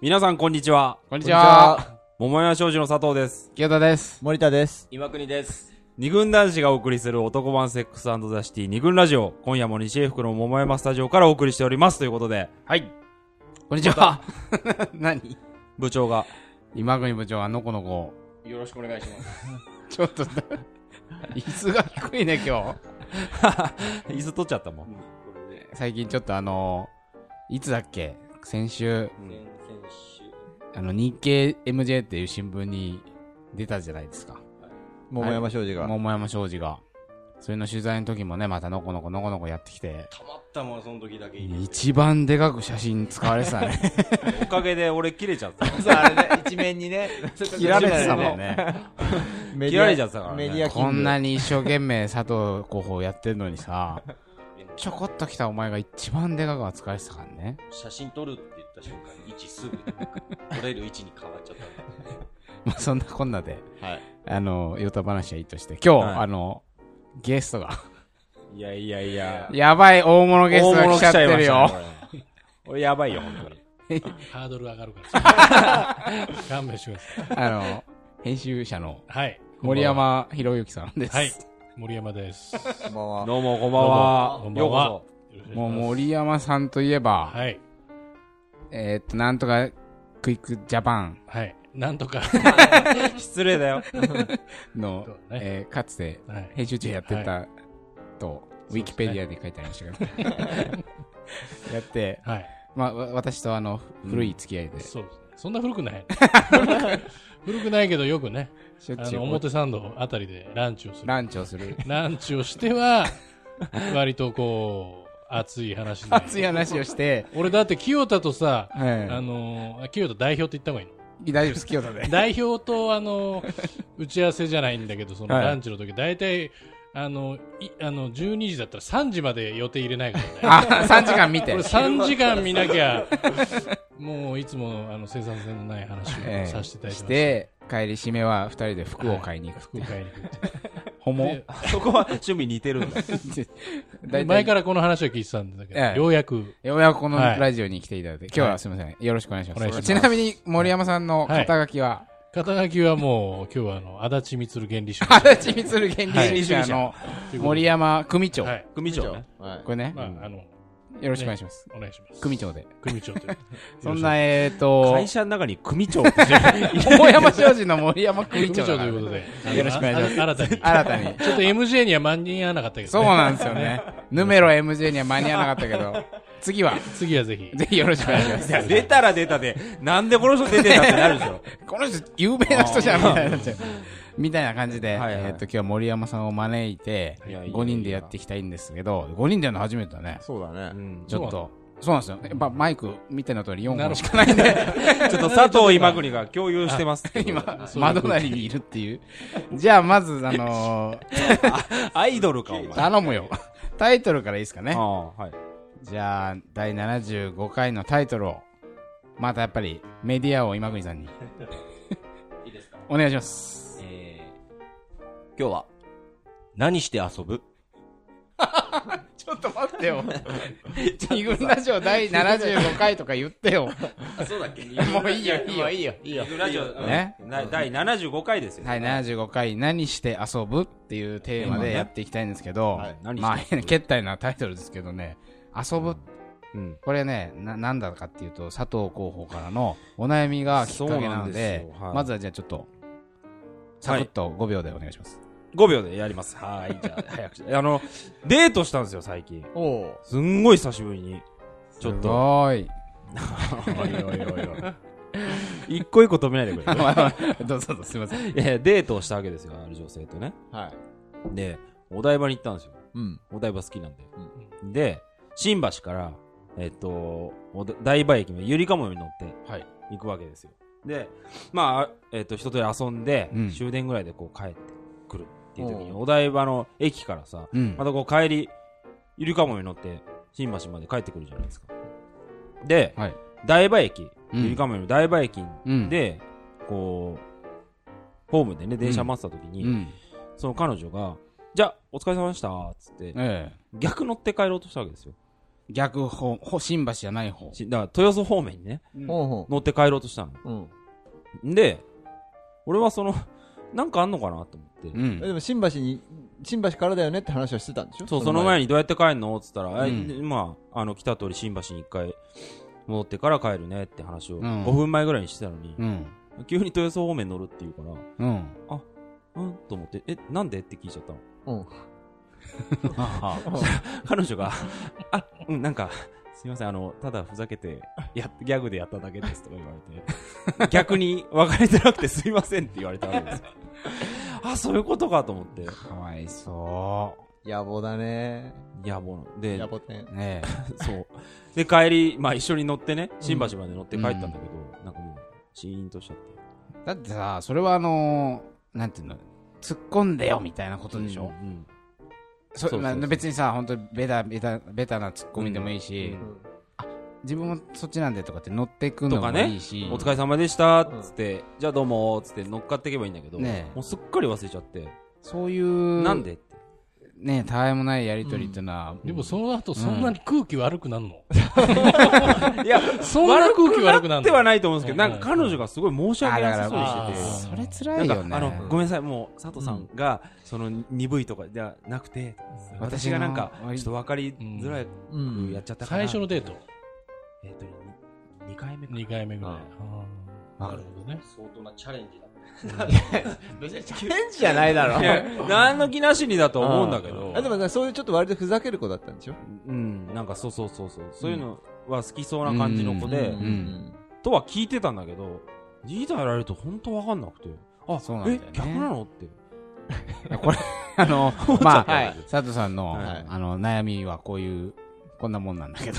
皆さんこんにちは。 こんにちは。 桃山商事の佐藤です。 清田です。 森田です。 岩国です。 二軍男子がお送りする男版セックス&ザシティ二軍ラジオ。今夜も西英福の桃山スタジオからお送りしておりますということで。 はい。こんにちは。何部長が。 今国部長はのこのこ。 よろしくお願いします。 ちょっと、椅子が低いね、今日。椅子取っちゃったもん。 最近ちょっといつだっけ先週、日経 MJ っていう新聞に出たじゃないですか。 桃山商事が。 桃山商事が。それの取材の時もね、またのこのこやってきて。 たまったもん、その時だけいい。 一番でかく写真使われてたね。 おかげで俺切れちゃった。 そう、あれね、一面にね、 切られてたもんね。 切られちゃったからね。 メディアキング。 こんなに一生懸命佐藤候補やってるのにさ、ちょこっと来たお前が一番でかく扱われてたからね。 写真撮るって言った瞬間に位置すぐ撮れる位置に変わっちゃったんで。 まあそんなこんなで、 はい。 ヨタ話はいいとして、今日、 はい、 ゲストが。 いやいやいや。 やばい大物ゲストが来ちゃってるよ。 俺やばいよ、本当に。 ハードル上がるから勘弁してください。 編集者の、 はい。 森山博之さんです。 はい。森山です。 こんばんは。どうもこんばんは。 こんばんは。 もう森山さんといえば、 はい。 なんとかクイックジャパン。 はい。なんとか。 失礼だよ。 の、かつて、編集長やってたと、ウィキペディアで書いてありましたけど、やって、 はい。 まあ、私と古い付き合いで。 そうですね。そんな古くない。古くないけどよくね、表参道あたりでランチをする。ランチをしては、割とこう、熱い話で。 熱い話をして。 俺だって清田とさ、清田代表って言った方がいいの？ 大丈夫です、清田で。 代表と打ち合わせじゃないんだけど、そのランチの時、大体、12時だったら3時まで予定入れないからね。 3時間見て。 俺3時間見なきゃ、もういつも生産性のない話をさせていただいてます。 して、帰り締めは2人で服を買いに行く。 服を買いに行く。 ホモそこは趣味似てるんだ。 前からこの話は聞いてたんだけど、ようやくこのラジオに来ていただいて、今日はすみません。よろしくお願いします。ちなみに森山さんの肩書きは？ 肩書きはもう、今日は足立光原理主義。 足立光原理主義者森山組長。 組長ね。 これね。よろしくお願いします。 お願いします。 組長で。 組長で。 そんな、 会社の中に組長って桃山商事の森山組長ということで。 よろしくお願いします。 新たに。ちょっと MJ には間に合わなかったけど。 そうなんですよね。ヌメロ MJ には間に合わなかったけど。次はぜひ。 ぜひよろしくお願いします。 出たら出たで、なんでこの人出てたってなるでしょ。 この人有名な人じゃん、みたいな。みたいな感じで、今日は森山さんを招いて、5人でやっていきたいんですけど、5人でやるの初めてだね。 そうだね。 ちょっと、そうなんですよ。やっぱマイク、見ての通り4本しかないんで、 ちょっと佐藤今国が共有してます。 今、窓なりにいるっていう。じゃあ、まず、 アイドルか、お前。 頼むよ。タイトルからいいですかね。 はい。 じゃあ、第75回のタイトルを、またやっぱりメディアを今国さんに。 いいですか？ お願いします。 今日は、何して遊ぶ？ ちょっと待ってよ。二軍ラジオ第75回とか言ってよ。 あ、そうだっけ？ もういいよ。 二軍ラジオ、 ね。 第75回ですよ。 はい、75回、何して遊ぶっていうテーマでやっていきたいんですけど、まあ、けったいなタイトルですけどね、遊ぶ。これね、なんだかっていうと、佐藤候補からのお悩みがきっかけなので、まずはじゃあちょっと、サクッと5秒でお願いします。 5秒でやります。はい、じゃあ、早く。デートしたんですよ、最近。すんごい久しぶりに。ちょっと。 すごい。 一個一個止めないでくれ。 どうぞ、すいません。 いや、デートをしたわけですよ、ある女性とね。 はい。 で、お台場に行ったんですよ。お台場好きなんで。で、新橋から、台場駅までゆりかもめに乗って行くわけですよ。で、まあ、一通り遊んで、終電ぐらいでこう帰ってくるっていう時に、お台場の駅からさ、またこう帰り、ゆりかもめに乗って、新橋まで帰ってくるじゃないですか。で、台場駅、ゆりかもめの台場駅で、こう、ホームでね、電車待ってた時に、その彼女が、じゃあ、お疲れ様でした、つって、逆乗って帰ろうとしたわけですよ。 逆方、新橋じゃない方。 だから豊洲方面にね、乗って帰ろうとしたの。で、俺はなんかあんのかなと思って。 でも新橋からだよねって話はしてたんでしょ。 そう、その前にどうやって帰るのって言ったら、まあ、来た通り新橋に一回戻ってから帰るねって話を5分前ぐらいにしてたのに、急に豊洲方面乗るって言うから、と思って、なんでって聞いちゃったの。彼女が、なんか、すいません、ただふざけて、ギャグでやっただけですとか言われて、逆に別れてなくてすいませんって言われたわけですよ。そういうことかと思って。 かわいそう。 野暮だね。 野暮で、 野暮店。 ねそう。で、帰り、まあ一緒に乗ってね、新橋まで乗って帰ったんだけど、なんかもう、シーンとしちゃって。 だってさ、それはなんていうの、突っ込んでよみたいなことでしょ。別にさ、本当にベタな突っ込みでもいいし、自分もそっちなんでとかって乗ってくのもいいし、 お疲れ様でしたっつって、じゃあどうもっつって乗っかっていけばいいんだけど、もうすっかり忘れちゃって、 そういうなんでってね、たわいもないやりとりってのは、 でもその後そんなに空気悪くなるの？ いや、そんな空気悪くなってはないと思うんですけど、なんか彼女がすごい申し訳なさそうにしてて、 それ辛いよね。 ごめんなさい、もう佐藤さんが鈍いとかじゃなくて、私がなんかちょっと分かりづらくやっちゃったから。 最初のデート 2回目 2回目ぐらい。なるほどね。 相当なチャレンジだ。 別にチャレンジじゃないだろ。 何の気なしにだと思うんだけど。 でもそういうちょっと割とふざける子だったんでしょ。 なんかそういうのは好きそうな感じの子で、とは聞いてたんだけど、リーダーやられると本当わかんなくて、 そうなんだよね。 逆なのって。 これまあ佐藤さんの悩みはこんなもんなんだけど。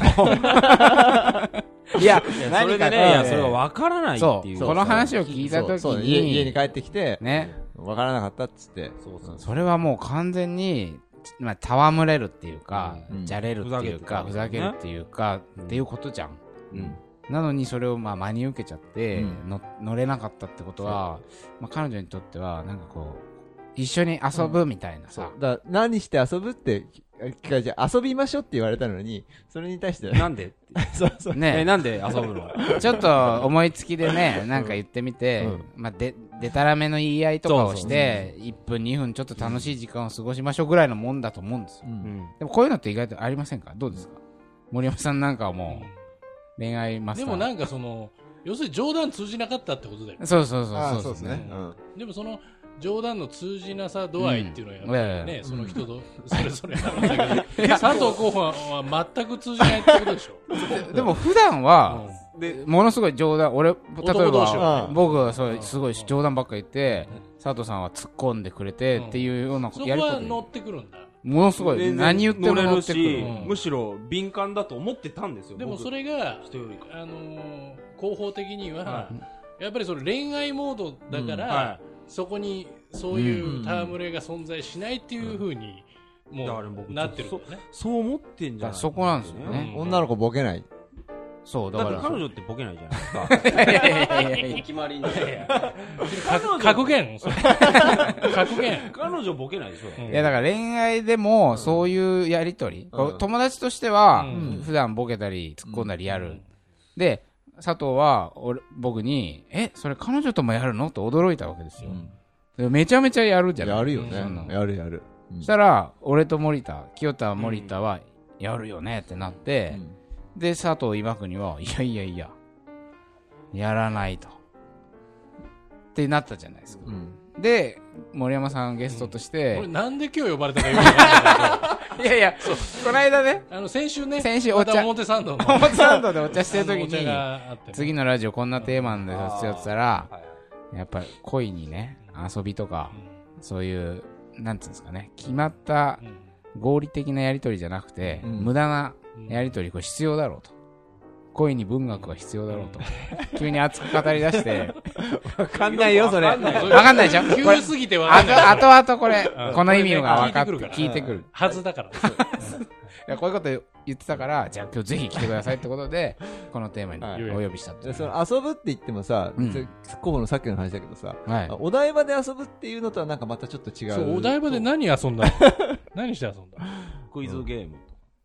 いや、 何かね、それが分からないっていう。 この話を聞いたときに、 家に帰ってきて、 ね、 分からなかったっつって。 それはもう完全に、戯れるっていうか、じゃれるっていうか、ふざけるっていうか、っていうことじゃん。なのにそれを真に受けちゃって、乗れなかったってことは、彼女にとっては、なんかこう、一緒に遊ぶみたいなさ。 何して遊ぶって聞かれて、遊びましょって言われたのに、それに対して、 なんでね、なんで遊ぶのちょっと思いつきでね、なんか言ってみて、でたらめの言い合いとかをして、1分2分ちょっと楽しい時間を過ごしましょうぐらいのもんだと思うんですよ。でもこういうのって意外とありませんか？どうですか？森山さんなんかはもう、恋愛マスター。 でもなんか要するに冗談通じなかったってことだよね。 そうですね。 でも冗談の通じなさ度合いっていうのはやっぱりね、その人とそれぞれあるんだけど、佐藤候補は全く通じないってことでしょ。 でも普段は、ものすごい冗談、例えば僕はすごい冗談ばっかり言って、佐藤さんは突っ込んでくれてっていうようなやり方で。そこは乗ってくるんだ。 ものすごい何言っても乗ってくる。 むしろ敏感だと思ってたんですよ。 でもそれが広報的にはやっぱり恋愛モードだから。そこにそういう戯れが存在しないっていう風にもうなってるんだよね。 そう思ってんじゃない。 そこなんですよね。 女の子ボケない。 そうだから彼女ってボケないじゃないですか。 いや決まりに。 格言。格言。 彼女ボケないでしょ。 いやだから恋愛でもそういうやりとり、友達としては普段ボケたり突っ込んだりやる。で。佐藤は僕にそれ彼女ともやるのと驚いたわけですよ。めちゃめちゃやるじゃない。 やるよね。やる。 そしたら俺と清田森田はやるよねってなって、で佐藤今国はいややらないとってなったじゃないですか。で森山さんゲストとして、 俺なんで今日呼ばれたかよくわかんないいやこの間ね、 先週お茶表参道でお茶してる時に次のラジオこんなテーマでさせようって言ったら、やっぱり恋にね、遊びとかそういうなんていうんですかね、決まった合理的なやり取りじゃなくて、無駄なやり取りこれ必要だろうと、恋に文学は必要だろうと急に熱く語り出してわかんないよそれ。わかんないでしょ。 急すぎてわかんない。 後々これこの意味が分かって聞いてくるはずだから。 いやこういうこと言ってたから、じゃあ今日ぜひ来てくださいってことでこのテーマにお呼びしたって。 その遊ぶって言ってもさ、候補のさっきの話だけどさ、お台場で遊ぶっていうのとはなんかまたちょっと違う。 そう、お台場で何遊んだの？何して遊んだ？ クイズゲーム。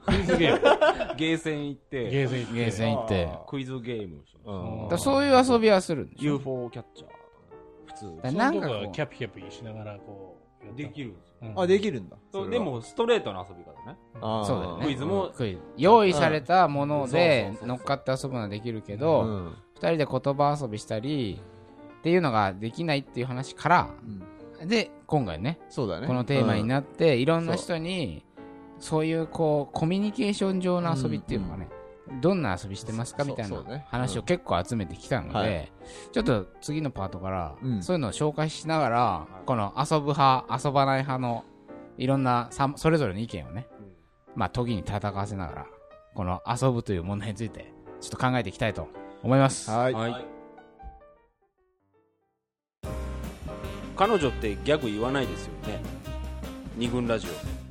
クイズゲーム。 ゲーセン行って。 ゲーセン行って。 クイズゲーム。 そういう遊びはするんでしょ。 UFO キャッチャー。普通。 なんかキャピキャピしながらこう。できるんですよ。あ、できるんだ。 でも、ストレートな遊び方ね。 そうだよね。 クイズも。 用意されたもので乗っかって遊ぶのはできるけど、二人で言葉遊びしたり、っていうのができないっていう話から、で、今回ね、 そうだね、 このテーマになって、いろんな人に、そういうこう、コミュニケーション上の遊びっていうのがね、どんな遊びしてますかみたいな話を結構集めてきたので、ちょっと次のパートから、そういうのを紹介しながら、この遊ぶ派、遊ばない派の、いろんな、それぞれの意見をね、まあ、時に戦わせながら、この遊ぶという問題について、ちょっと考えていきたいと思います。 はい。 彼女ってギャグ言わないですよね。二軍ラジオ。